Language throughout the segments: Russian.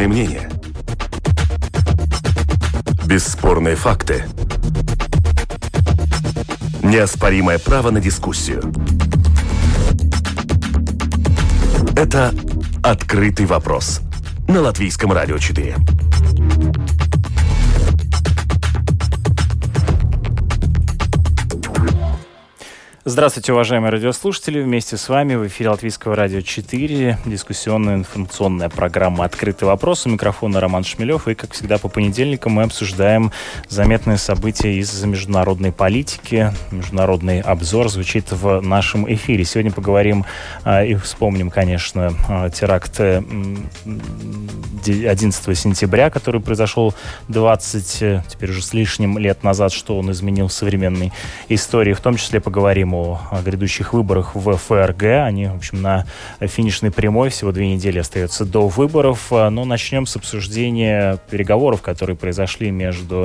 Объективные мнения. Бесспорные факты. Неоспоримое право на дискуссию. Это «Открытый вопрос» на Латвийском радио 4. Здравствуйте, уважаемые радиослушатели. Вместе с вами в эфире Латвийского радио 4 дискуссионная информационная программа «Открытый вопрос». У микрофона Роман Шмелев. И, как всегда, по понедельникам мы обсуждаем заметные события из международной политики. Международный обзор звучит в нашем эфире. Сегодня поговорим и вспомним, конечно, теракт 11 сентября, который произошел 20, теперь уже с лишним лет назад, что он изменил в современной истории. В том числе поговорим о грядущих выборах в ФРГ. Они, в общем, на финишной прямой. Всего 2 недели остается до выборов. Но начнем с обсуждения переговоров, которые произошли между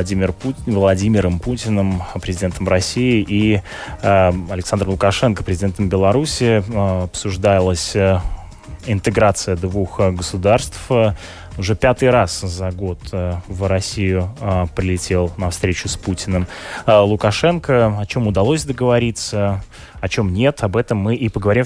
Владимиром Путиным, президентом России, и Александром Лукашенко, президентом Беларуси. Обсуждалась интеграция двух государств. Уже 5-й раз за год в Россию прилетел на встречу с Путиным Лукашенко. О чем удалось договориться, о чем нет, об этом мы и поговорим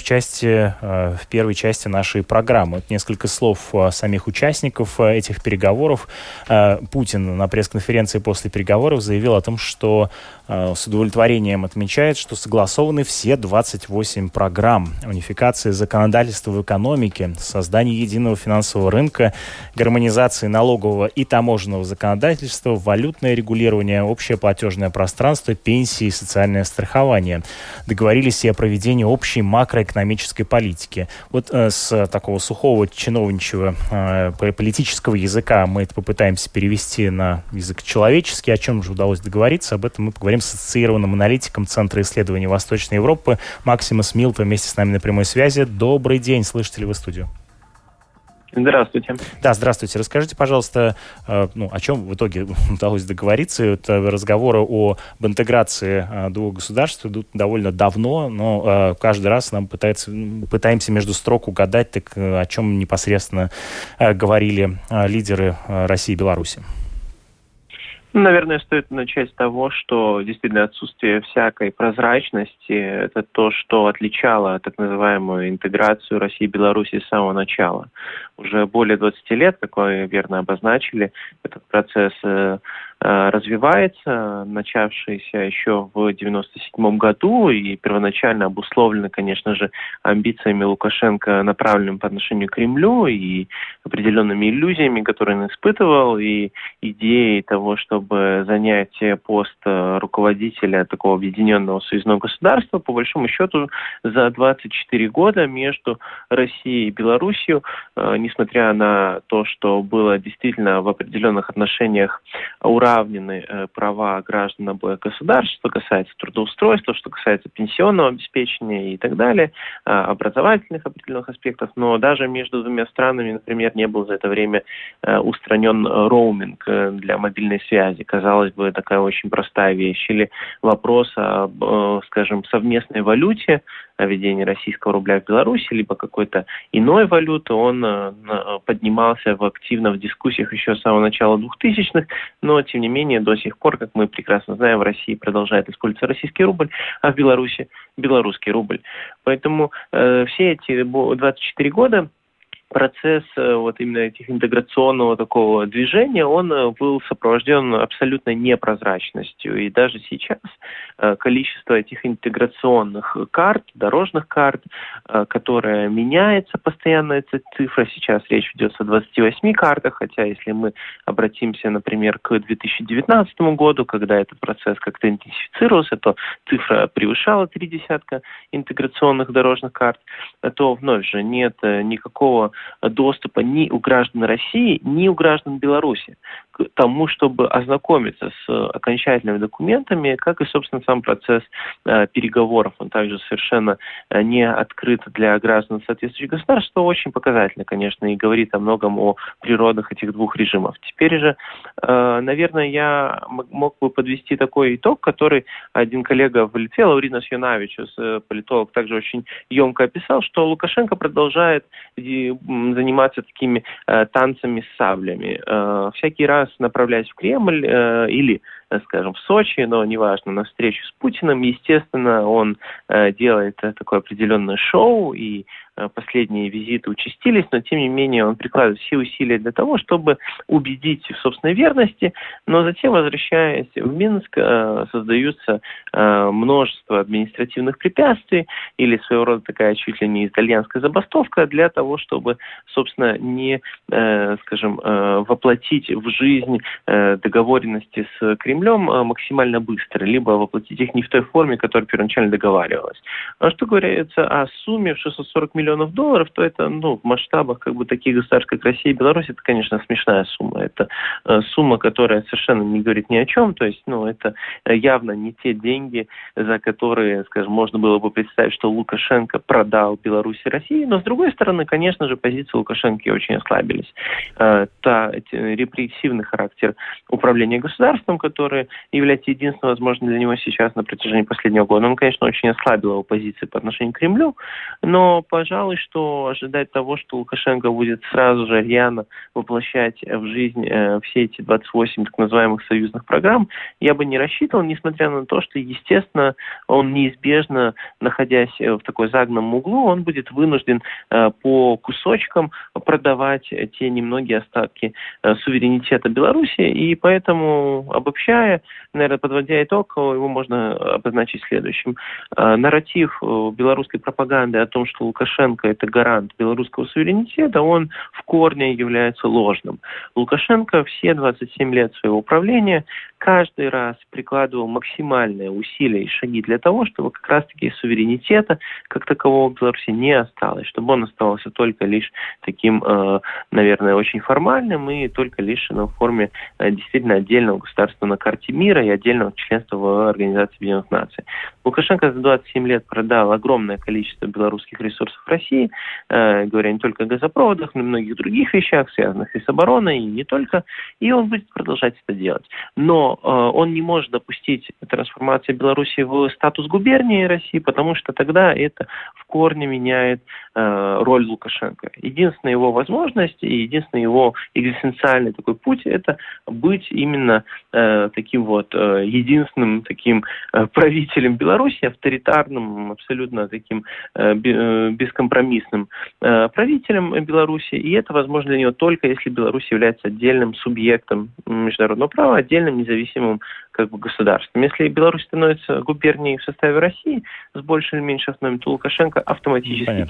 в первой части нашей программы. Несколько слов самих участников этих переговоров. Путин на пресс-конференции после переговоров заявил о том, что с удовлетворением отмечает, что согласованы все 28 программ унификации законодательства в экономике, создание единого финансового рынка, гармонизации налогового и таможенного законодательства, валютное регулирование, общее платежное пространство, пенсии и социальное страхование. Договорились и о проведении общей макроэкономической политики. Вот с такого сухого чиновничьего политического языка мы это попытаемся перевести на язык человеческий. О чем же удалось договориться? Об этом мы поговорим с ассоциированным аналитиком Центра исследований Восточной Европы Максимом Милто вместе с нами на прямой связи. Добрый день, слышите ли вы студию? Здравствуйте. Да, здравствуйте. Расскажите, пожалуйста, о чем в итоге удалось договориться. Это разговоры об интеграции двух государств идут довольно давно, но каждый раз нам пытаемся между строк угадать, так о чем непосредственно говорили лидеры России и Беларуси. Наверное, стоит начать с того, что действительно отсутствие всякой прозрачности – это то, что отличало так называемую интеграцию России и Беларуси с самого начала. Уже более 20 лет, как вы верно обозначили, этот процесс развивается, начавшийся еще в 1997 году и первоначально обусловлено, конечно же, амбициями Лукашенко, направленными по отношению к Кремлю, и определенными иллюзиями, которые он испытывал, и идеей того, чтобы занять пост руководителя такого объединенного союзного государства. По большому счету, за 24 года между Россией и Белоруссией, несмотря на то, что было действительно в определенных отношениях уравнены права граждан обоих государств, что касается трудоустройства, что касается пенсионного обеспечения и так далее, образовательных определенных аспектов, но даже между двумя странами, например, не был за это время устранен роуминг для мобильной связи. Казалось бы, такая очень простая вещь. Или вопрос об, скажем, совместной валюте, о введении российского рубля в Беларуси, либо какой-то иной валюты, он поднимался активно в дискуссиях еще с самого начала 2000-х, но, тем не менее, до сих пор, как мы прекрасно знаем, в России продолжает использоваться российский рубль, а в Беларуси белорусский рубль. Поэтому все эти 24 года процесс вот именно этих интеграционного такого движения, он был сопровожден абсолютной непрозрачностью. И даже сейчас количество этих интеграционных карт, дорожных карт, которая меняется постоянно, эта цифра, сейчас речь ведется о 28 картах, хотя если мы обратимся, например, к 2019 году, когда этот процесс как-то интенсифицировался, то цифра превышала 30 интеграционных дорожных карт, то вновь же нет никакого доступа ни у граждан России, ни у граждан Беларуси. к тому, чтобы ознакомиться с окончательными документами, как и, собственно, сам процесс переговоров. Он также совершенно не открыт для граждан соответствующих государств, что очень показательно, конечно, и говорит о многом о природах этих двух режимов. Теперь же, наверное, я мог бы подвести такой итог, который один коллега в Литве, Лауринас Юнавичус, политолог, также очень емко описал, что Лукашенко продолжает заниматься такими танцами с саблями. Всякий раз, направляясь в Кремль или, скажем, в Сочи, но неважно, на встречу с Путиным, естественно, он делает такое определенное шоу, и последние визиты участились, но тем не менее он прикладывает все усилия для того, чтобы убедить в собственной верности, но затем, возвращаясь в Минск, создаются множество административных препятствий или своего рода такая чуть ли не итальянская забастовка для того, чтобы, собственно, не, скажем, воплотить в жизнь договоренности с Кремлем максимально быстро, либо воплотить их не в той форме, которая первоначально договаривалась. А что говорится о сумме в 640 миллионов долларов, то это, в масштабах таких государств, как Россия и Беларусь, это, конечно, смешная сумма. Это сумма, которая совершенно не говорит ни о чем, то есть, это явно не те деньги, за которые, скажем, можно было бы представить, что Лукашенко продал Беларусь и Россию, но, с другой стороны, конечно же, позиции Лукашенко очень ослабились. Репрессивный характер управления государством, который является единственным возможным для него сейчас на протяжении последнего года, он, конечно, очень ослабил его позиции по отношению к Кремлю, но, пожалуй, что ожидать того, что Лукашенко будет сразу же рьяно воплощать в жизнь все эти 28 так называемых союзных программ, я бы не рассчитывал, несмотря на то, что, естественно, он неизбежно, находясь в такой загнанном углу, он будет вынужден по кусочкам продавать те немногие остатки суверенитета Беларуси, и поэтому, обобщая, наверное, подводя итог, его можно обозначить следующим. Нарратив белорусской пропаганды о том, что Лукашенко – это гарант белорусского суверенитета, он в корне является ложным. Лукашенко все 27 лет своего управления каждый раз прикладывал максимальные усилия и шаги для того, чтобы как раз-таки суверенитета как такового в Беларуси не осталось, чтобы он оставался только лишь таким, наверное, очень формальным и только лишь в форме действительно отдельного государства на карте мира и отдельного членства в Организации Объединенных Наций. Лукашенко за 27 лет продал огромное количество белорусских ресурсов России, говоря не только о газопроводах, но и многих других вещах, связанных и с обороной, и не только, и он будет продолжать это делать. Но он не может допустить трансформации Беларуси в статус губернии России, потому что тогда это в корне меняет роль Лукашенко. Единственная его возможность и единственный его экзистенциальный такой путь – это быть именно таким единственным таким правителем Беларуси, авторитарным, абсолютно таким бескомпромиссным правителем Беларуси. И это возможно для него только если Беларусь является отдельным субъектом международного права, отдельным независимым государством. Если Беларусь становится губернией в составе России с большей или меньшей автономией, то Лукашенко автоматически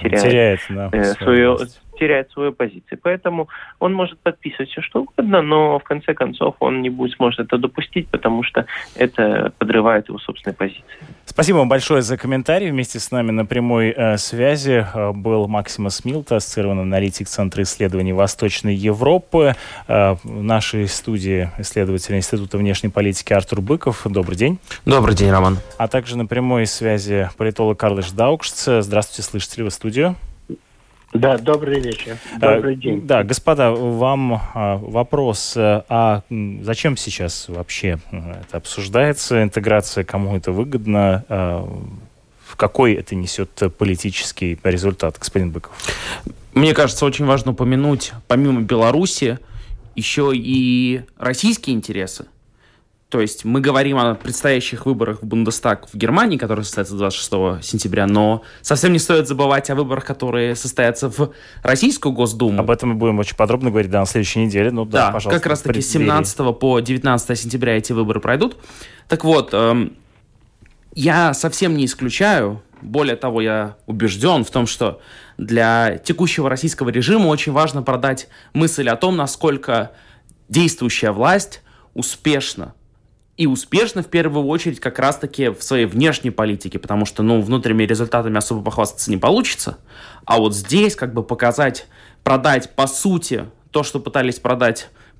теряет свою позицию. Поэтому он может подписывать все что угодно, но в конце концов он не сможет это допустить, потому что это подрывает его собственные позиции. Спасибо вам большое за комментарий. Вместе с нами на прямой связи был Максимас Милта, ассоциированный аналитик Центра исследований Восточной Европы. В нашей студии исследователь Института внешней политики Артур Быков. Добрый день. Добрый день, Роман. А также на прямой связи политолог Карлош Даукшц. Здравствуйте, слышите ли вы студию? Да, добрый вечер. Добрый день. Да, господа, вам вопрос. А зачем сейчас вообще это обсуждается, интеграция, кому это выгодно? В какой это несет политический результат, господин Быков? Мне кажется, очень важно упомянуть, помимо Беларуси, еще и российские интересы. То есть мы говорим о предстоящих выборах в Бундестаг в Германии, которые состоятся 26 сентября, но совсем не стоит забывать о выборах, которые состоятся в Российскую Госдуму. Об этом мы будем очень подробно говорить на следующей неделе. Да, пожалуйста, как раз-таки с 17 по 19 сентября эти выборы пройдут. Так вот, я совсем не исключаю, более того, я убежден в том, что для текущего российского режима очень важно продать мысль о том, насколько действующая власть успешна. И успешно, в первую очередь, как раз-таки в своей внешней политике, потому что, внутренними результатами особо похвастаться не получится. А вот здесь показать, продать, по сути, то, что пытались продать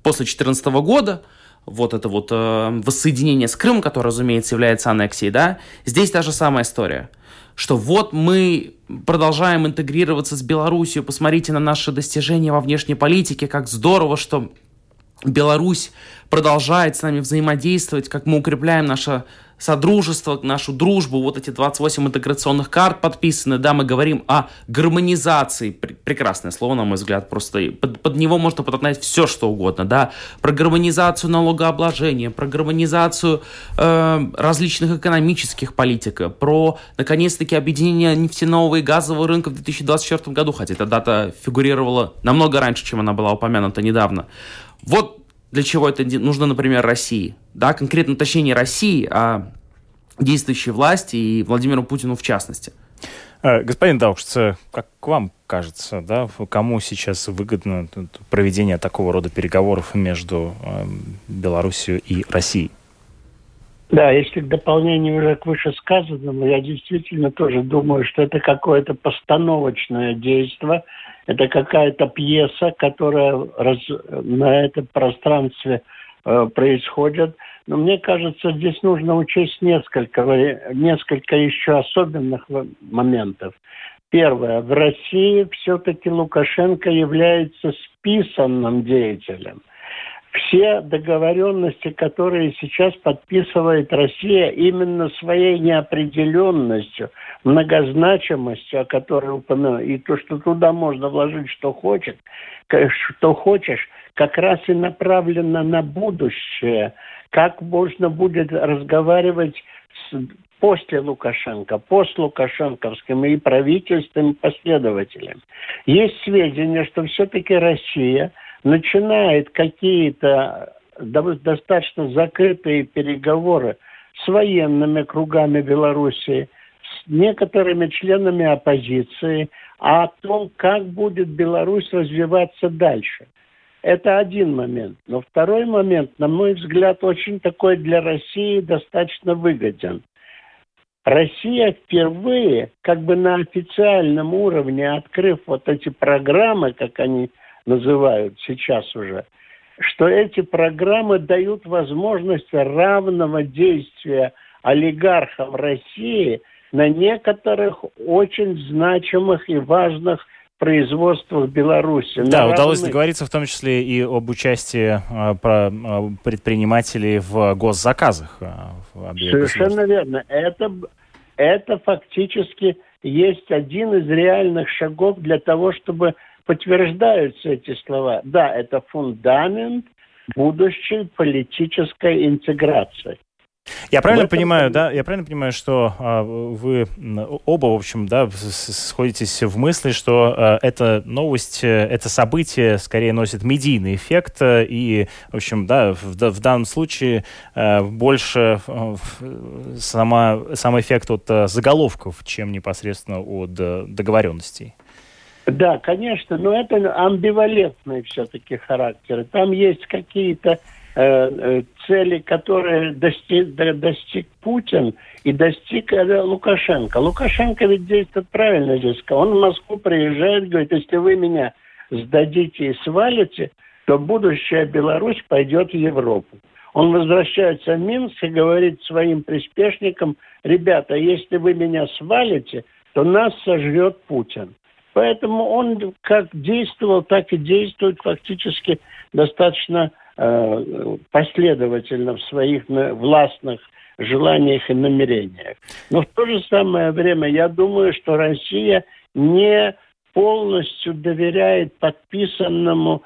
после 2014 года, вот это вот воссоединение с Крымом, которое, разумеется, является аннексией, да, здесь та же самая история, что вот мы продолжаем интегрироваться с Белоруссией, посмотрите на наши достижения во внешней политике, как здорово, что Беларусь продолжает с нами взаимодействовать, как мы укрепляем наше содружество, нашу дружбу, вот эти 28 интеграционных карт подписаны, да, мы говорим о гармонизации, прекрасное слово, на мой взгляд, просто под него можно подогнать все, что угодно, да, про гармонизацию налогообложения, про гармонизацию различных экономических политик, про, наконец-таки, объединение нефтяного и газового рынка в 2024 году, хотя эта дата фигурировала намного раньше, чем она была упомянута недавно. Вот для чего это нужно, например, России. Да, конкретно, точнее, не России, а действующей власти и Владимиру Путину в частности. Господин Даукшиц, как вам кажется, да, кому сейчас выгодно проведение такого рода переговоров между Белоруссией и Россией? Да, если к дополнению уже к вышесказанному, я действительно тоже думаю, что это какое-то постановочное действие, это какая-то пьеса, которая на этом пространстве происходит. Но мне кажется, здесь нужно учесть несколько еще особенных моментов. Первое. В России все-таки Лукашенко является списанным деятелем. Все договоренности, которые сейчас подписывает Россия, именно своей неопределенностью, многозначимостью, о которой упомянул, и то, что туда можно вложить, что хочешь, как раз и направлено на будущее, как можно будет разговаривать после Лукашенко, постлукашенковским и правительством, и последователям. Есть сведения, что все-таки Россия начинает какие-то достаточно закрытые переговоры с военными кругами Белоруссии, с некоторыми членами оппозиции о том, как будет Беларусь развиваться дальше. Это один момент. Но второй момент, на мой взгляд, очень такой для России достаточно выгоден. Россия впервые, как бы на официальном уровне, открыв вот эти программы, как они называют сейчас уже, что эти программы дают возможность равного действия олигархам России на некоторых очень значимых и важных производствах Беларуси. Да, удалось договориться в том числе и об участии предпринимателей в госзаказах. Совершенно верно. Это фактически есть один из реальных шагов для того, чтобы подтверждаются эти слова. Да, это фундамент будущей политической интеграции. Я правильно понимаю, да? Я правильно понимаю, что вы оба, в общем, да, сходитесь в мысли, что эта новость, это событие скорее носит медийный эффект, и, в общем, да, в данном случае больше сам эффект от заголовков, чем непосредственно от договоренностей. Да, конечно, но это амбивалентный все-таки характер. Там есть какие-то цели, которые достиг Путин и достиг Лукашенко. Лукашенко ведь действует правильно здесь. Он в Москву приезжает, говорит, если вы меня сдадите и свалите, то будущая Беларусь пойдет в Европу. Он возвращается в Минск и говорит своим приспешникам, ребята, если вы меня свалите, то нас сожрет Путин. Поэтому он как действовал, так и действует фактически достаточно последовательно в своих властных желаниях и намерениях. Но в то же самое время я думаю, что Россия не полностью доверяет подписанному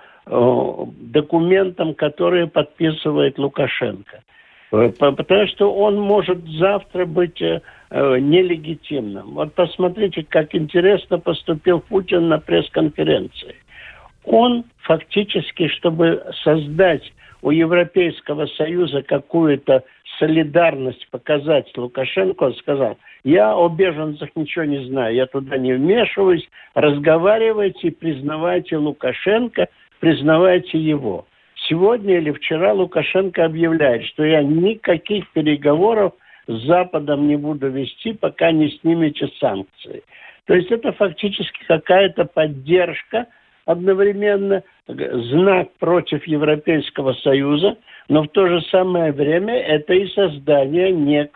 документам, которые подписывает Лукашенко. Потому что он может завтра быть нелегитимным. Вот посмотрите, как интересно поступил Путин на пресс-конференции. Он фактически, чтобы создать у Европейского Союза какую-то солидарность, показать Лукашенко, он сказал, я о беженцах ничего не знаю, я туда не вмешиваюсь, разговаривайте и признавайте Лукашенко, признавайте его. Сегодня или вчера Лукашенко объявляет, что я никаких переговоров с Западом не буду вести, пока не снимете санкции. То есть это фактически какая-то поддержка одновременно знак против Европейского Союза, но в то же самое время это и создание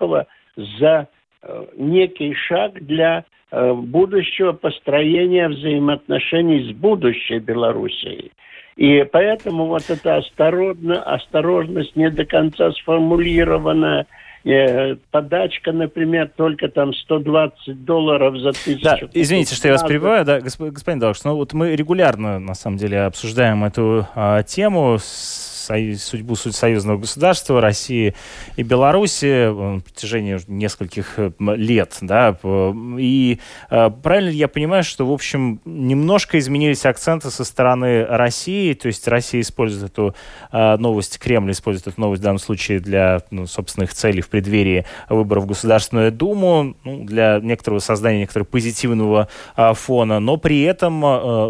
некий шаг для будущего построения взаимоотношений с будущей Белоруссией. И поэтому вот эта осторожность не до конца сформулированная, подачка, например, только там $120 за 1000. Да, извините, что я вас перебиваю, да, господин Даушкин, ну вот мы регулярно, на самом деле, обсуждаем эту тему, судьбу союзного государства России и Беларуси на протяжении нескольких лет, да, и правильно ли я понимаю, что, в общем, немножко изменились акценты со стороны России, то есть Россия использует эту новость, Кремль использует эту новость в данном случае для собственных целей в преддверии выборов в Государственную Думу, для создания некоторого позитивного фона, но при этом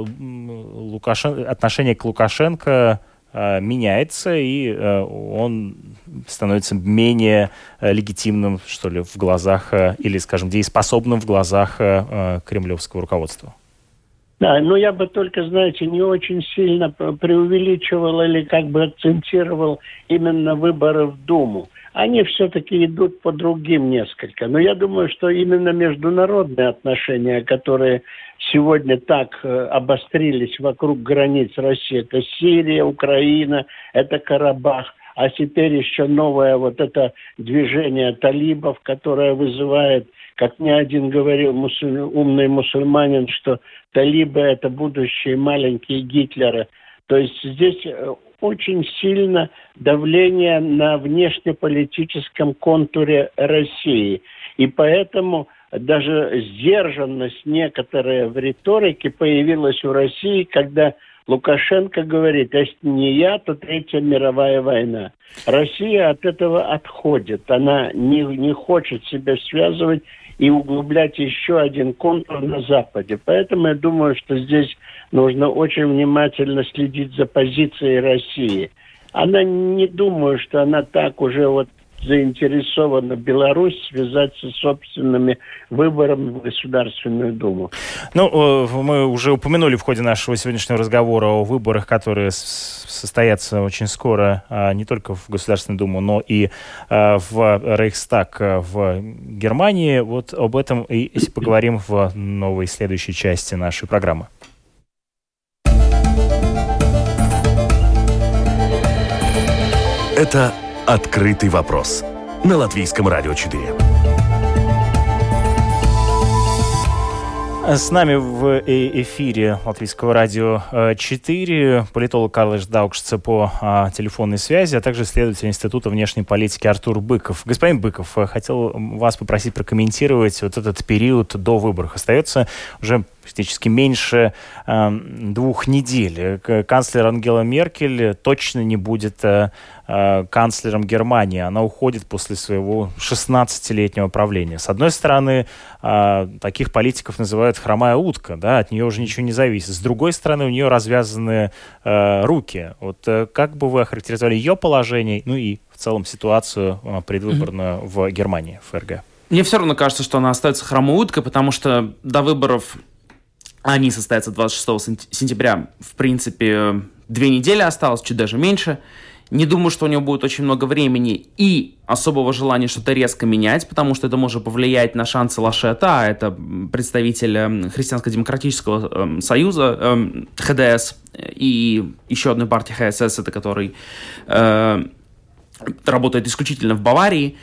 отношение к Лукашенко меняется, и он становится менее легитимным, что ли, в глазах, или, скажем, дееспособным в глазах кремлевского руководства. Да, но я бы только, знаете, не очень сильно преувеличивал или как бы акцентировал именно выборы в Думу. Они все-таки идут по другим несколько. Но я думаю, что именно международные отношения, которые сегодня так обострились вокруг границ России, это Сирия, Украина, это Карабах, а теперь еще новое вот это движение талибов, которое вызывает, как мне один говорил умный мусульманин, что талибы – это будущие маленькие Гитлеры. То есть здесь очень сильно давление на внешнеполитическом контуре России. И поэтому даже сдержанность некоторая в риторике появилась у России, когда Лукашенко говорит, если не я, то Третья мировая война. Россия от этого отходит. Она не хочет себя связывать и углублять еще один контур на Западе. Поэтому я думаю, что здесь нужно очень внимательно следить за позицией России. Она не думаю, что она так уже вот заинтересована Беларусь связать со собственными выборами в Государственную Думу. Ну, мы уже упомянули в ходе нашего сегодняшнего разговора о выборах, которые состоятся очень скоро не только в Государственную Думу, но и в Рейхстаг в Германии. Вот об этом и поговорим в новой следующей части нашей программы. Это «Открытый вопрос» на Латвийском радио 4. С нами в эфире Латвийского радио 4 политолог Карлиш Даукшце по телефонной связи, а также исследователь Института внешней политики Артур Быков. Господин Быков, хотел вас попросить прокомментировать вот этот период до выборов. Остается уже практически меньше 2 недель. Канцлер Ангела Меркель точно не будет канцлером Германии. Она уходит после своего 16-летнего правления. С одной стороны, таких политиков называют хромая утка, да, от нее уже ничего не зависит. С другой стороны, у нее развязаны руки. Вот как бы вы охарактеризовали ее положение, ну и в целом ситуацию предвыборную в Германии, ФРГ? Мне все равно кажется, что она остается хромой уткой, потому что до выборов они состоятся 26 сентября. В принципе, 2 недели осталось, чуть даже меньше. Не думаю, что у него будет очень много времени и особого желания что-то резко менять, потому что это может повлиять на шансы Лашета, а это представитель Христианско-демократического союза, ХДС, и еще одной партии ХСС, это который работает исключительно в Баварии.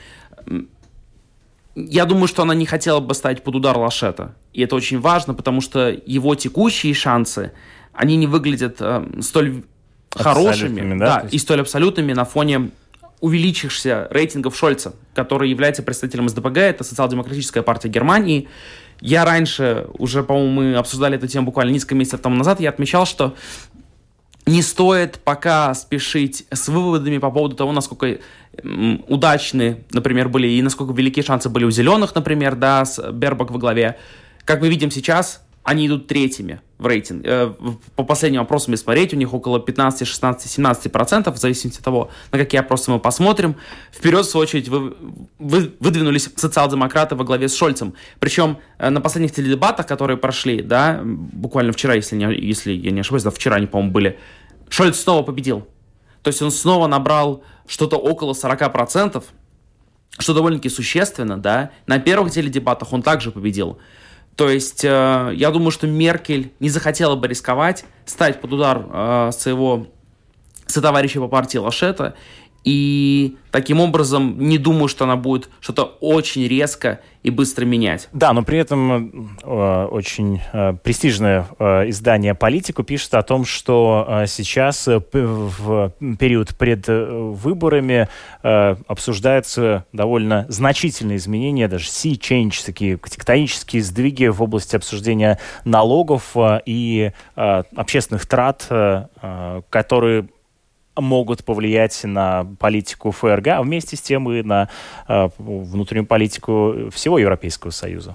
Я думаю, что она не хотела бы ставить под удар Лашета. И это очень важно, потому что его текущие шансы, они не выглядят столь хорошими, да, и столь абсолютными на фоне увеличившихся рейтингов Шольца, который является представителем СДПГ, это социал-демократическая партия Германии. Я раньше, уже, по-моему, мы обсуждали эту тему буквально несколько месяцев тому назад, я отмечал, что не стоит пока спешить с выводами по поводу того, насколько удачны, например, были и насколько велики шансы были у зеленых, например, да, с Бербак во главе. Как мы видим сейчас, они идут третьими в рейтинге. По последним опросам, если смотреть, у них около 15, 16, 17%, в зависимости от того, на какие опросы мы посмотрим. Вперед, в свою очередь, выдвинулись социал-демократы во главе с Шольцем. Причем на последних теледебатах, которые прошли, да, буквально вчера, если я не ошибаюсь, да, вчера они, по-моему, были, Шольц снова победил. То есть он снова набрал что-то около 40%, что довольно-таки существенно, да. На первых теледебатах он также победил. То есть я думаю, что Меркель не захотела бы рисковать, стать под удар своего сотоварища по партии Лашета, и таким образом не думаю, что она будет что-то очень резко и быстро менять. Да, но при этом очень престижное издание «Политику» пишет о том, что сейчас в период пред выборами обсуждаются довольно значительные изменения, даже sea change, такие тектонические сдвиги в области обсуждения налогов и общественных трат, которые могут повлиять на политику ФРГ, а вместе с тем и на внутреннюю политику всего Европейского Союза.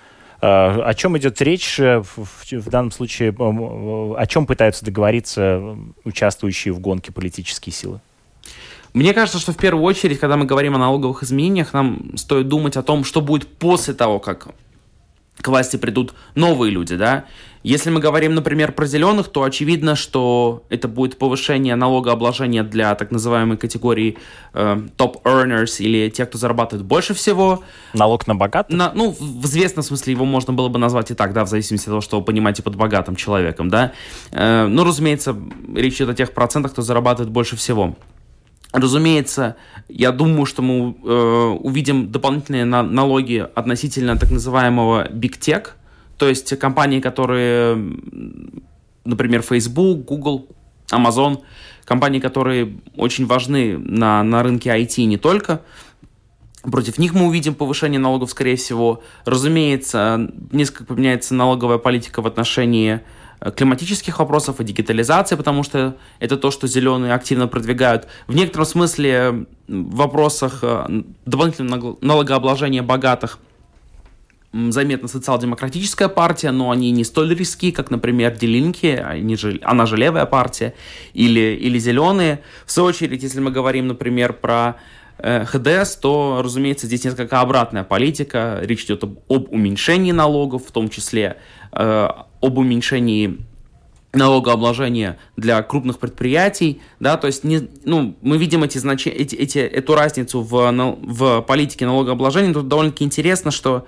О чем идет речь в данном случае? О чем пытаются договориться участвующие в гонке политические силы? Мне кажется, что в первую очередь, когда мы говорим о налоговых изменениях, нам стоит думать о том, что будет после того, как к власти придут новые люди, да. Если мы говорим, например, про зеленых, то очевидно, что это будет повышение налогообложения для так называемой категории top earners или тех, кто зарабатывает больше всего. Налог на богатых? В известном смысле его можно было бы назвать и так, да, в зависимости от того, что вы понимаете под богатым человеком, да. Разумеется, речь идет о тех процентах, кто зарабатывает больше всего. Разумеется, я думаю, что мы увидим дополнительные налоги относительно так называемого Big Tech, то есть компании, которые, например, Facebook, Google, Amazon, компании, которые очень важны на рынке IT не только. Против них мы увидим повышение налогов, скорее всего. Разумеется, несколько поменяется налоговая политика в отношении климатических вопросов и дигитализации, потому что это то, что зеленые активно продвигают. В некотором смысле в вопросах дополнительного налогообложения богатых заметна социал-демократическая партия, но они не столь риски, как, например, Die Linke, она же левая партия, или зеленые. В свою очередь, если мы говорим, например, про ХДС, то, разумеется, здесь несколько обратная политика. Речь идет об уменьшении налогов, в том числе об уменьшении налогообложения для крупных предприятий, да, то есть мы видим эту разницу в политике налогообложения. Тут довольно-таки интересно, что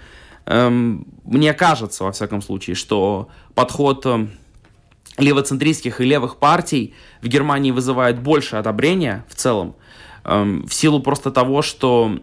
мне кажется, во всяком случае, что подход левоцентристских и левых партий в Германии вызывает больше одобрения в целом, в силу просто того, что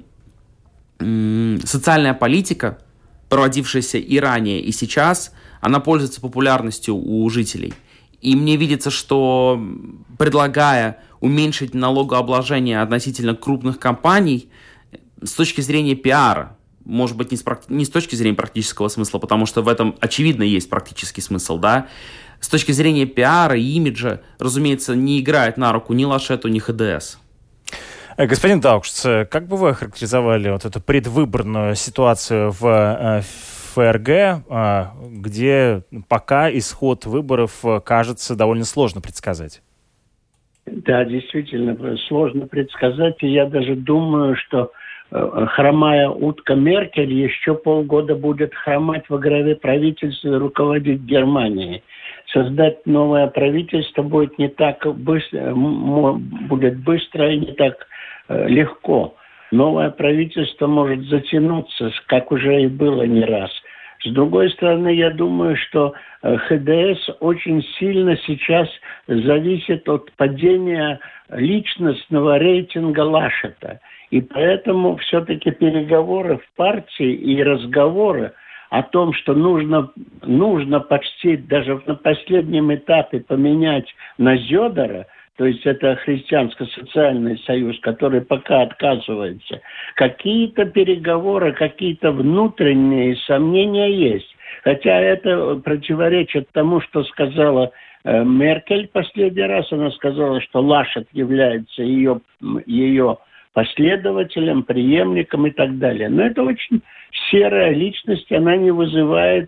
социальная политика, проводившаяся и ранее, и сейчас, она пользуется популярностью у жителей. И мне видится, что предлагая уменьшить налогообложение относительно крупных компаний, с точки зрения пиара, может быть, не с точки зрения практического смысла, потому что в этом, очевидно, есть практический смысл, да, с точки зрения пиара и имиджа, разумеется, не играет на руку ни Лашету, ни ХДС. Господин Даукшц, как бы вы охарактеризовали вот эту предвыборную ситуацию в ФРГ, где пока исход выборов кажется довольно сложно предсказать? Да, действительно, сложно предсказать. И я даже думаю, что хромая утка Меркель еще полгода будет хромать во главе правительства и руководить Германией. Создать новое правительство будет не так быстро, будет быстро и не так легко. Новое правительство может затянуться, как уже и было не раз. С другой стороны, я думаю, что ХДС очень сильно сейчас зависит от падения личностного рейтинга Лашета. И поэтому все-таки переговоры в партии и разговоры о том, что нужно почти даже на последнем этапе поменять на Зёдера, то есть это христианско-социальный союз, который пока отказывается, какие-то переговоры, какие-то внутренние сомнения есть. Хотя это противоречит тому, что сказала Меркель последний раз. Она сказала, что Лашет является ее последователем, преемником и так далее. Но это очень серая личность, она не вызывает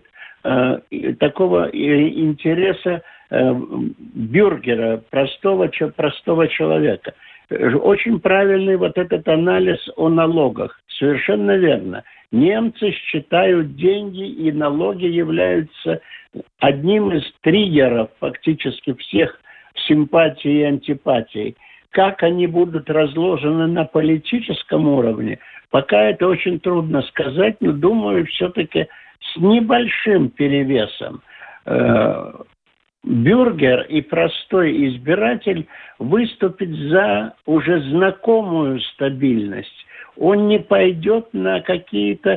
такого интереса бюргера, простого человека. Очень правильный вот этот анализ о налогах. Совершенно верно. Немцы считают деньги, и налоги являются одним из триггеров фактически всех симпатий и антипатий. Как они будут разложены на политическом уровне, пока это очень трудно сказать, но думаю, все-таки с небольшим перевесом. Бюргер и простой избиратель выступит за уже знакомую стабильность. Он не пойдет на какие-то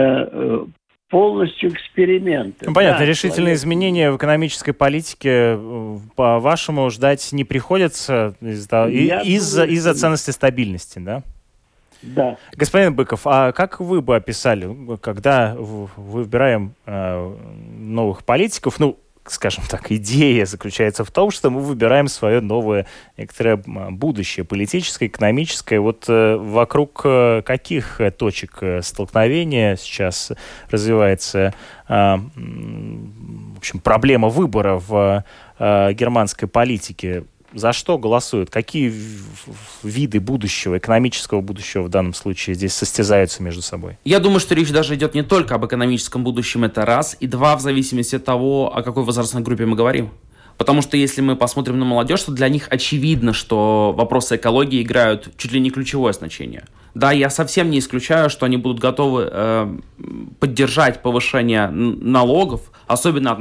полностью эксперименты. Ну, понятно, да, решительные изменения в экономической политике, по-вашему, ждать не приходится из-за ценности стабильности, да? Да. Господин Быков, а как вы бы описали, когда выбираем новых политиков, скажем так, идея заключается в том, что мы выбираем свое новое некоторое будущее, политическое, экономическое. Вот вокруг каких точек столкновения сейчас развивается, в общем, проблема выбора в германской политике? За что голосуют? Какие виды будущего, экономического будущего в данном случае здесь состязаются между собой? Я думаю, что речь даже идет не только об экономическом будущем, это раз, и два, в зависимости от того, о какой возрастной группе мы говорим. Потому что если мы посмотрим на молодежь, то для них очевидно, что вопросы экологии играют чуть ли не ключевое значение. Да, я совсем не исключаю, что они будут готовы поддержать повышение налогов, особенно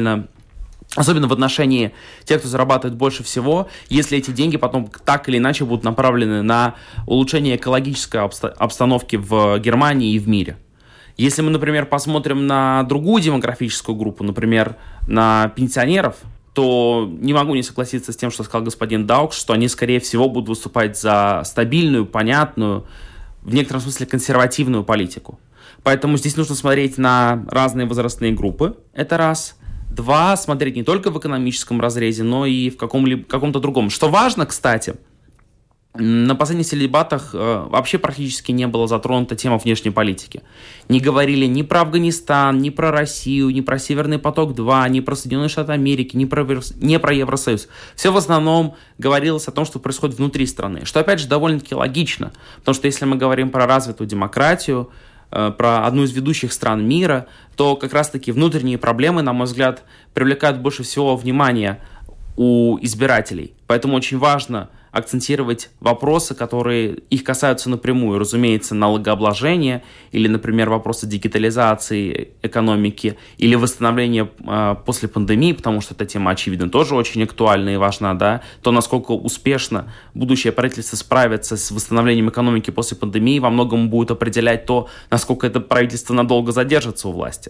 в отношении тех, кто зарабатывает больше всего, если эти деньги потом так или иначе будут направлены на улучшение экологической обстановки в Германии и в мире. Если мы, например, посмотрим на другую демографическую группу, например, на пенсионеров, то не могу не согласиться с тем, что сказал господин Даукс, что они, скорее всего, будут выступать за стабильную, понятную, в некотором смысле консервативную политику. Поэтому здесь нужно смотреть на разные возрастные группы, это раз. Два, смотреть не только в экономическом разрезе, но и в каком-то другом. Что важно, кстати, на последних дебатах вообще практически не была затронута тема внешней политики. Не говорили ни про Афганистан, ни про Россию, ни про Северный поток-2, ни про Соединенные Штаты Америки, ни про Евросоюз. Все в основном говорилось о том, что происходит внутри страны. Что, опять же, довольно-таки логично. Потому что если мы говорим про развитую демократию, про одну из ведущих стран мира, то как раз-таки внутренние проблемы, на мой взгляд, привлекают больше всего внимания у избирателей. Поэтому очень важно акцентировать вопросы, которые их касаются напрямую. Разумеется, налогообложение или, например, вопросы дигитализации экономики или восстановления после пандемии, потому что эта тема, очевидно, тоже очень актуальна и важна, да, то, насколько успешно будущее правительство справится с восстановлением экономики после пандемии, во многом будет определять то, насколько это правительство надолго задержится у власти.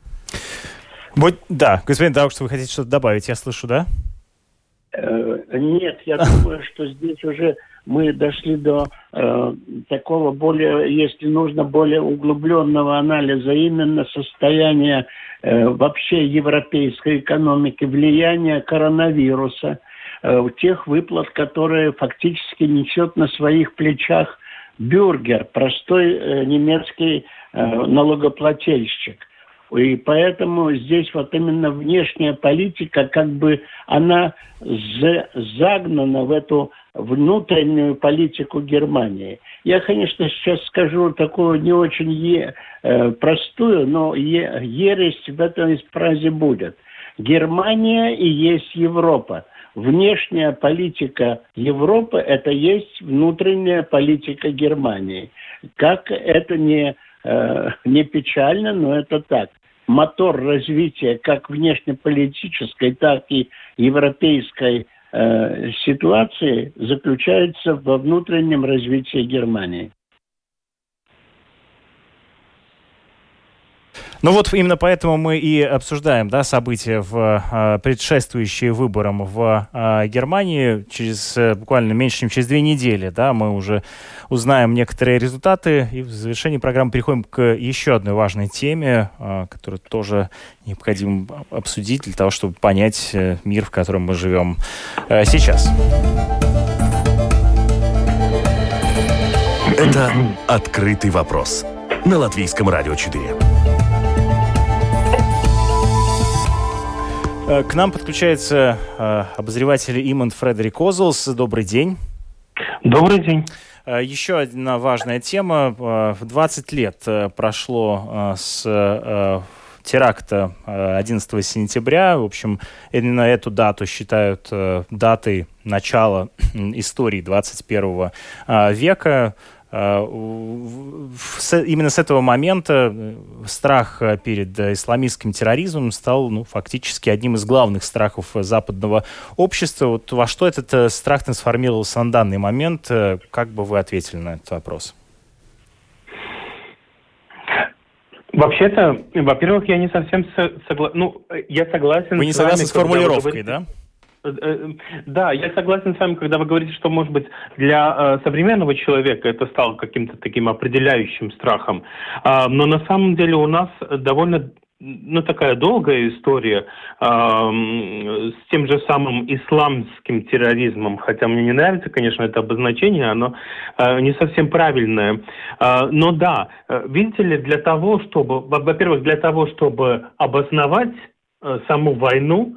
Да, господин Даукс, вы хотите что-то добавить, я слышу, да? Нет, я думаю, что здесь уже мы дошли до такого более, если нужно, более углубленного анализа именно состояния вообще европейской экономики, влияния коронавируса, тех выплат, которые фактически несет на своих плечах бюргер, простой немецкий налогоплательщик. И поэтому здесь вот именно внешняя политика, как бы она загнана в эту внутреннюю политику Германии. Я, конечно, сейчас скажу такую не очень простую, но ересь в этой фразе будет. Германия и есть Европа. Внешняя политика Европы – это есть внутренняя политика Германии. Как это не печально, но это так. Мотор развития как внешнеполитической, так и европейской ситуации заключается во внутреннем развитии Германии. Ну вот именно поэтому мы и обсуждаем, да, события, предшествующие выборам в Германии. Через буквально меньше, чем через 2 недели, да, мы уже узнаем некоторые результаты. И в завершении программы переходим к еще одной важной теме, которую тоже необходимо обсудить для того, чтобы понять мир, в котором мы живем сейчас. Это «Открытый вопрос» на Латвийском радио 4. К нам подключается обозреватель Имант Фредерик Озолс. Добрый день. Добрый день. Еще одна важная тема. 20 лет прошло с теракта 11 сентября. В общем, именно эту дату считают датой начала истории 21 века. Именно с этого момента страх перед исламистским терроризмом стал фактически одним из главных страхов западного общества. Вот во что этот страх трансформировался на данный момент? Как бы вы ответили на этот вопрос? Вообще-то, во-первых, я не совсем согласен. Я согласен. Вы не согласны с формулировкой, да? Да, я согласен с вами, когда вы говорите, что, может быть, для современного человека это стало каким-то таким определяющим страхом. Но на самом деле у нас довольно такая долгая история с тем же самым исламским терроризмом, хотя мне не нравится, конечно, это обозначение, оно не совсем правильное. Но да, видите ли, для того, чтобы, во-первых, для того, чтобы обосновать саму войну,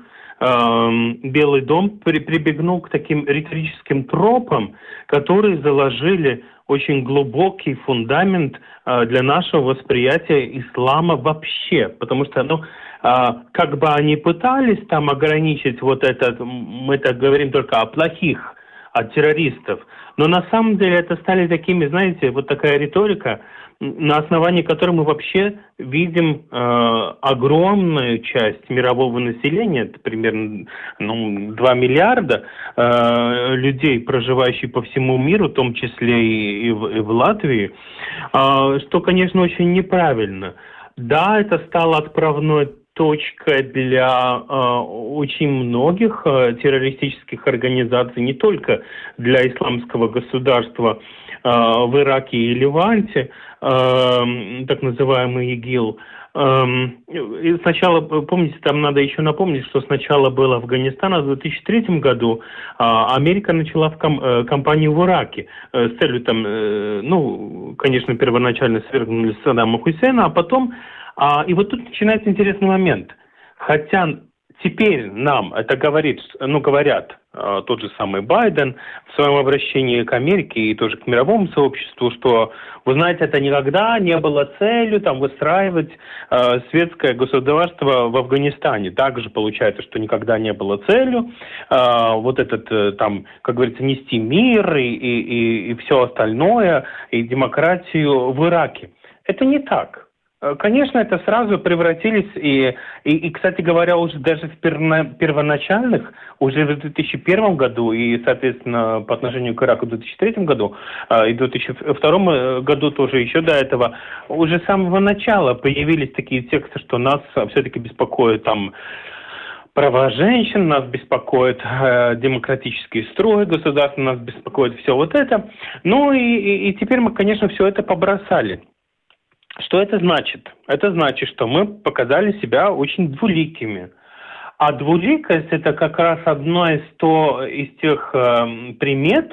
Белый дом прибегнул к таким риторическим тропам, которые заложили очень глубокий фундамент для нашего восприятия ислама вообще. Потому что, как бы они пытались там ограничить вот это, мы так говорим только о плохих, о террористов, но на самом деле это стали такими, знаете, вот такая риторика, на основании которой мы вообще видим огромную часть мирового населения, это примерно 2 миллиарда людей, проживающих по всему миру, в том числе и в Латвии, что, конечно, очень неправильно. Да, это стало отправной точкой для очень многих террористических организаций, не только для исламского государства в Ираке и Ливанте, так называемый ИГИЛ. И сначала, помните, там надо еще напомнить, что сначала был Афганистан, а в 2003 году Америка начала кампанию в Ираке с целью конечно, первоначально свергнули Саддама Хусейна, а потом... И вот тут начинается интересный момент. Хотя теперь нам это говорят тот же самый Байден в своем обращении к Америке и тоже к мировому сообществу, что, вы знаете, это никогда не было целью выстраивать светское государство в Афганистане. Также получается, что никогда не было целью как говорится, нести мир и все остальное, и демократию в Ираке. Это не так. Конечно, это сразу превратились, и, кстати говоря, уже даже в первоначальных, уже в 2001 году, и, соответственно, по отношению к Ираку в 2003 году, и в 2002 году тоже еще до этого, уже с самого начала появились такие тексты, что нас все-таки беспокоит права женщин, нас беспокоит демократический строй государства, нас беспокоит все вот это. И теперь мы, конечно, все это побросали. Что это значит? Это значит, что мы показали себя очень двуликими. А двуликость – это как раз одна из тех примет,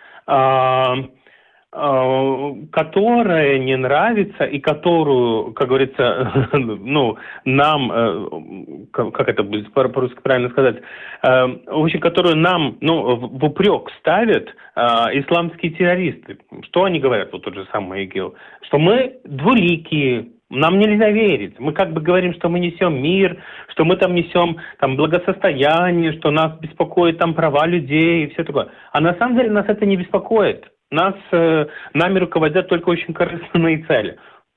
которая не нравится и которую, как говорится, нам, как это будет по-русски правильно сказать, которую нам, в упрек ставят исламские террористы. Что они говорят, вот тот же самый ИГИЛ? Что мы двуликие, нам нельзя верить. Мы как бы говорим, что мы несем мир, что мы там несем благосостояние, что нас беспокоит права людей и все такое. А на самом деле нас это не беспокоит. Нами руководят только очень корыстные цели.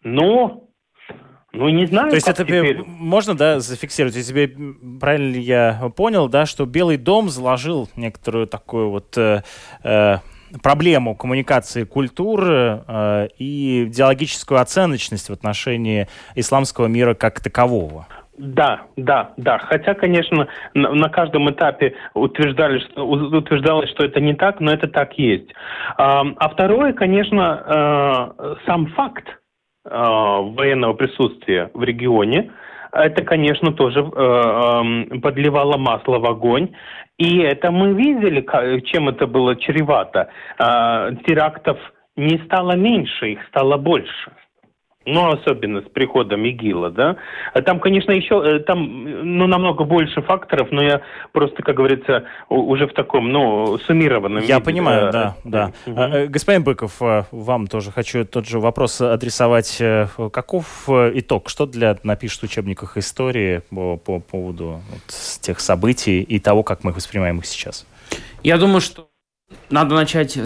Не знаю, то есть это теперь... можно, зафиксировать, если правильно ли я понял, что Белый дом заложил некоторую такую проблему коммуникации культур и идеологическую оценочность в отношении исламского мира как такового. Да. Хотя, конечно, на каждом этапе утверждалось, что это не так, но это так есть. А второе, конечно, сам факт военного присутствия в регионе, это, конечно, тоже подливало масло в огонь. И это мы видели, чем это было чревато. Терактов не стало меньше, их стало больше. Ну, особенно с приходом ИГИЛа, да. Там, конечно, еще, намного больше факторов, но я просто, как говорится, уже в таком, суммированном виде. Я понимаю, да. Господин Быков, вам тоже хочу тот же вопрос адресовать. Каков итог? Что напишут в учебниках истории по поводу тех событий и того, как мы их воспринимаем их сейчас? Я думаю, что надо начать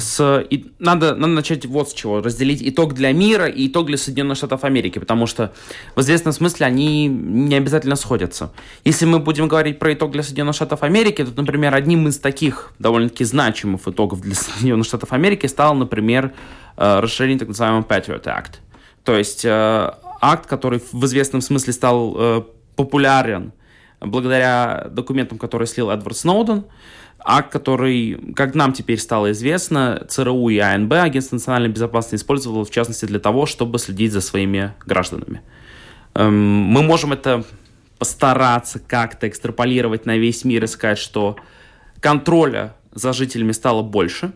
вот с чего. Разделить итог для мира и итог для Соединенных Штатов Америки, потому что в известном смысле они не обязательно сходятся. Если мы будем говорить про итог для Соединенных Штатов Америки, то, например, одним из таких довольно-таки значимых итогов для Соединенных Штатов Америки стал, например, расширение так называемого Patriot Act. То есть акт, который в известном смысле стал популярен благодаря документам, которые слил Эдвард Сноуден. Акт, который, как нам теперь стало известно, ЦРУ и АНБ, Агентство национальной безопасности, использовало в частности для того, чтобы следить за своими гражданами. Мы можем это постараться как-то экстраполировать на весь мир и сказать, что контроля за жителями стало больше,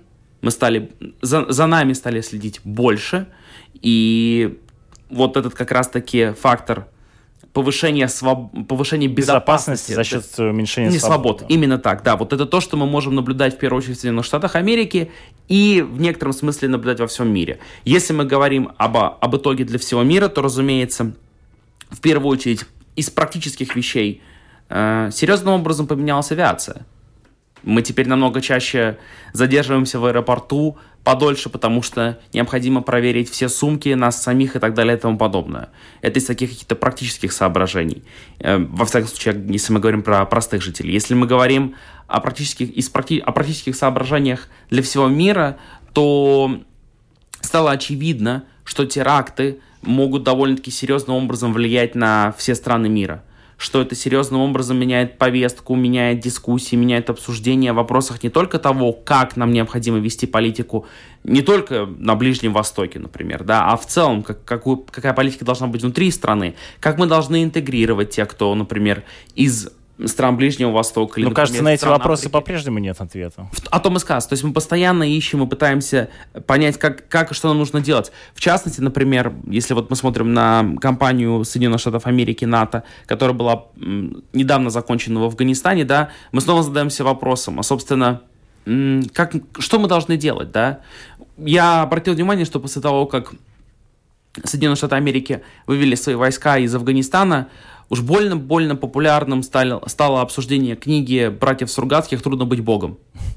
за нами стали следить больше, и вот этот как раз-таки фактор повышение безопасности за счет уменьшения свобод. Именно так, да. Вот это то, что мы можем наблюдать в первую очередь в Соединенных Штатах Америки и в некотором смысле наблюдать во всем мире. Если мы говорим об итоге для всего мира, то, разумеется, в первую очередь из практических вещей серьезным образом поменялась авиация. Мы теперь намного чаще задерживаемся в аэропорту подольше, потому что необходимо проверить все сумки, нас самих и так далее и тому подобное. Это из таких каких-то практических соображений. Во всяком случае, если мы говорим про простых жителей. Если мы говорим о практических соображениях для всего мира, то стало очевидно, что теракты могут довольно-таки серьезным образом влиять на все страны мира. Что это серьезным образом меняет повестку, меняет дискуссии, меняет обсуждения в вопросах не только того, как нам необходимо вести политику, не только на Ближнем Востоке, например, да, а в целом, какая политика должна быть внутри страны, как мы должны интегрировать тех, кто, например, из стран Ближнего Востока. Или, например, кажется, на эти вопросы Африки. По-прежнему нет ответа. О том и сказано. То есть мы постоянно ищем и пытаемся понять, как и что нам нужно делать. В частности, например, если вот мы смотрим на кампанию Соединенных Штатов Америки, НАТО, которая была недавно закончена в Афганистане, да, мы снова задаемся вопросом, а, собственно, что мы должны делать, да? Я обратил внимание, что после того, как Соединенные Штаты Америки вывели свои войска из Афганистана, уж больно популярным стало обсуждение книги братьев Стругацких «Трудно быть Богом».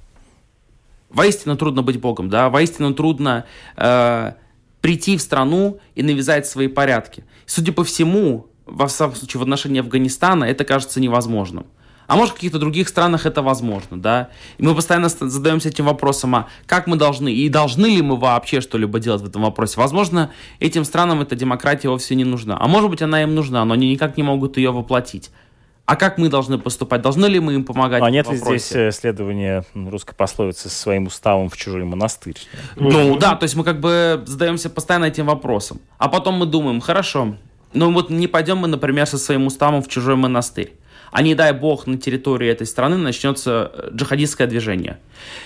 Воистину трудно быть Богом, да, воистину трудно прийти в страну и навязать свои порядки. Судя по всему, во всяком случае, в отношении Афганистана это кажется невозможным. А может, в каких-то других странах это возможно, да? И мы постоянно задаемся этим вопросом, а как мы должны ли мы вообще что-либо делать в этом вопросе? Возможно, этим странам эта демократия вовсе не нужна. А может быть, она им нужна, но они никак не могут ее воплотить. А как мы должны поступать? Должны ли мы им помогать? А нет ли здесь следования русской пословицы со своим уставом в чужой монастырь? Ну да, то есть мы как бы задаемся постоянно этим вопросом. А потом мы думаем, хорошо, ну вот не пойдем мы, например, со своим уставом в чужой монастырь. А не дай бог на территории этой страны начнется джихадистское движение.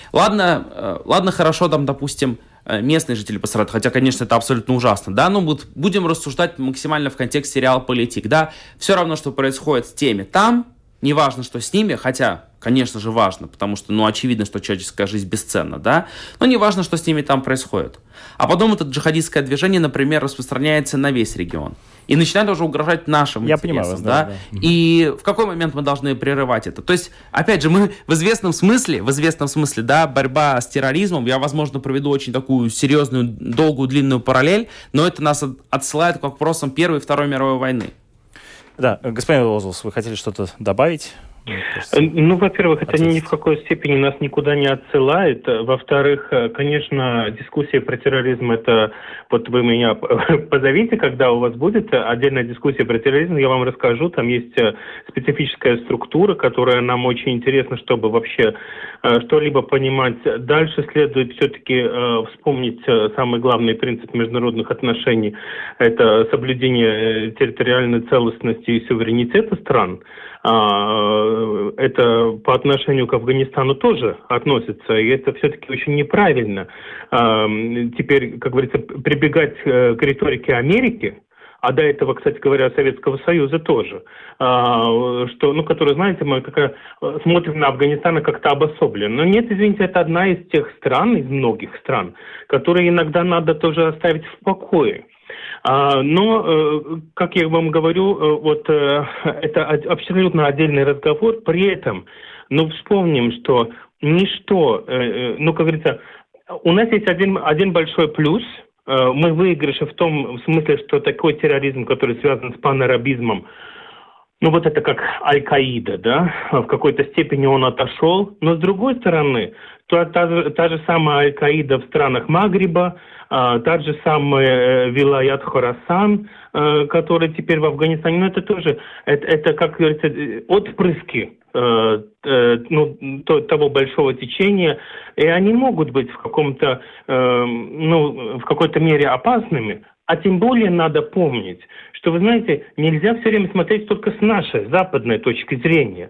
Ладно, хорошо, там, допустим, местные жители пострадают, хотя, конечно, это абсолютно ужасно, да, но будем рассуждать максимально в контексте реалполитик, да, все равно, что происходит с теми там, не важно, что с ними, хотя, конечно же, важно, потому что, очевидно, что человеческая жизнь бесценна, да, но не важно, что с ними там происходит. А потом это джихадистское движение, например, распространяется на весь регион. И начинает уже угрожать нашим интересам. Я понимаю вас, да. И в какой момент мы должны прерывать это? То есть, опять же, мы в известном смысле, да, борьба с терроризмом, я, возможно, проведу очень такую серьезную, долгую, длинную параллель, но это нас отсылает к вопросам Первой и Второй мировой войны. Да, господин Лозулс, вы хотели что-то добавить? Во-первых, это ни в какой степени нас никуда не отсылает. Во-вторых, конечно, дискуссия про терроризм, это вот вы меня позовите, когда у вас будет отдельная дискуссия про терроризм, я вам расскажу. Там есть специфическая структура, которая нам очень интересна, чтобы вообще что-либо понимать. Дальше следует все-таки вспомнить самый главный принцип международных отношений. Это соблюдение территориальной целостности и суверенитета стран. Это по отношению к Афганистану тоже относится, и это все-таки очень неправильно. Теперь, как говорится, прибегать к риторике Америки, а до этого, кстати говоря, Советского Союза тоже, который, знаете, мы смотрим на Афганистан как-то обособленно. Но нет, извините, это одна из тех стран, из многих стран, которые иногда надо тоже оставить в покое. Но, как я вам говорю, это абсолютно отдельный разговор. При этом, вспомним, что ничто, как говорится, у нас есть один большой плюс. Мы выигрыши в том смысле, что такой терроризм, который связан с панарабизмом, это как Аль-Каида, да, в какой-то степени он отошел. Но с другой стороны, та же самая Аль-Каида в странах Магриба, та же самая Вилаят Хорасан, который теперь в Афганистане, это тоже, это, как говорится, отпрыски того большого течения, и они могут быть в какой-то мере опасными. А тем более надо помнить, что, вы знаете, нельзя все время смотреть только с нашей западной точки зрения.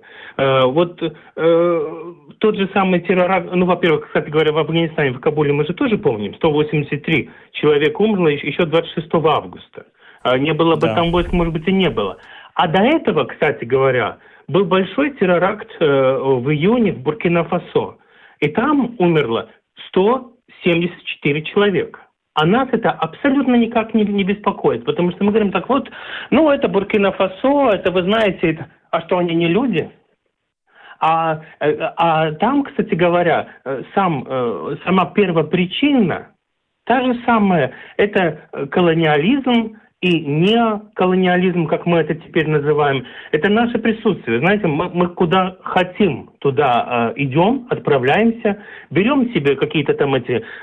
Тот же самый террор, во-первых, кстати говоря, в Афганистане, в Кабуле мы же тоже помним, 183 человека умерло еще 26 августа. Не было бы там войск, может быть, и не было. А до этого, кстати говоря, был большой терроракт в июне в Буркина-Фасо. И там умерло 174 человека. А нас это абсолютно никак не беспокоит, потому что мы говорим так это Буркина-Фасо, это, вы знаете, а что, они не люди? А там, кстати говоря, сама первопричина, та же самая, это колониализм и неоколониализм, как мы это теперь называем, это наше присутствие. Знаете, мы куда хотим, туда идем, отправляемся, берем себе какие-то там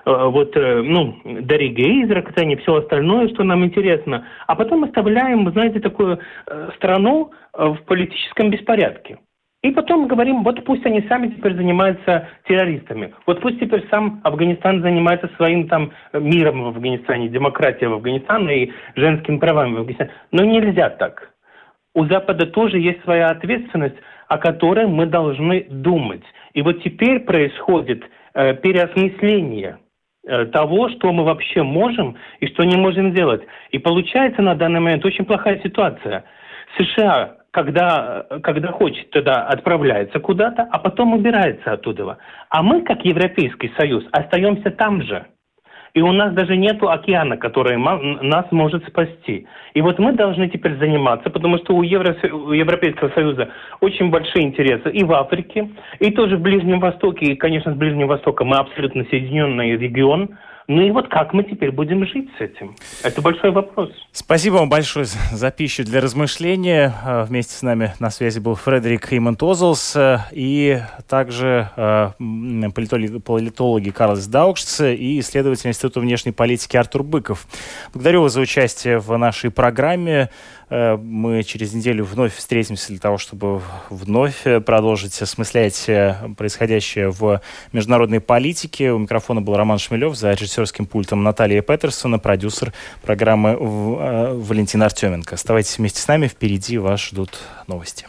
дорогие изракотания, все остальное, что нам интересно, а потом оставляем, знаете, такую страну в политическом беспорядке. И потом говорим, пусть они сами теперь занимаются террористами. Пусть теперь сам Афганистан занимается своим там миром в Афганистане, демократией в Афганистане и женскими правами в Афганистане. Но нельзя так. У Запада тоже есть своя ответственность, о которой мы должны думать. И теперь происходит переосмысление того, что мы вообще можем и что не можем делать. И получается на данный момент очень плохая ситуация. США когда хочет, тогда отправляется куда-то, а потом убирается оттуда. А мы, как Европейский Союз, остаемся там же. И у нас даже нету океана, который нас может спасти. И мы должны теперь заниматься, потому что у Европейского Союза очень большие интересы и в Африке, и тоже в Ближнем Востоке. И, конечно, с Ближним Востоком мы абсолютно соединенный регион. Как мы теперь будем жить с этим? Это большой вопрос. Спасибо вам большое за пищу для размышления. Вместе с нами на связи был Фредерик Имонтозелс и также политологи Карлос Даукшц и исследователь Института внешней политики Артур Быков. Благодарю вас за участие в нашей программе. Мы через неделю вновь встретимся для того, чтобы вновь продолжить осмыслять происходящее в международной политике. У микрофона был Роман Шмелев, за режиссерским пультом Наталья Петерсона, продюсер программы Валентин Артеменко. Оставайтесь вместе с нами, впереди вас ждут новости.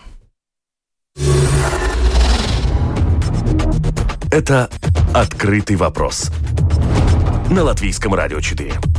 Это «Открытый вопрос» на Латвийском радио 4.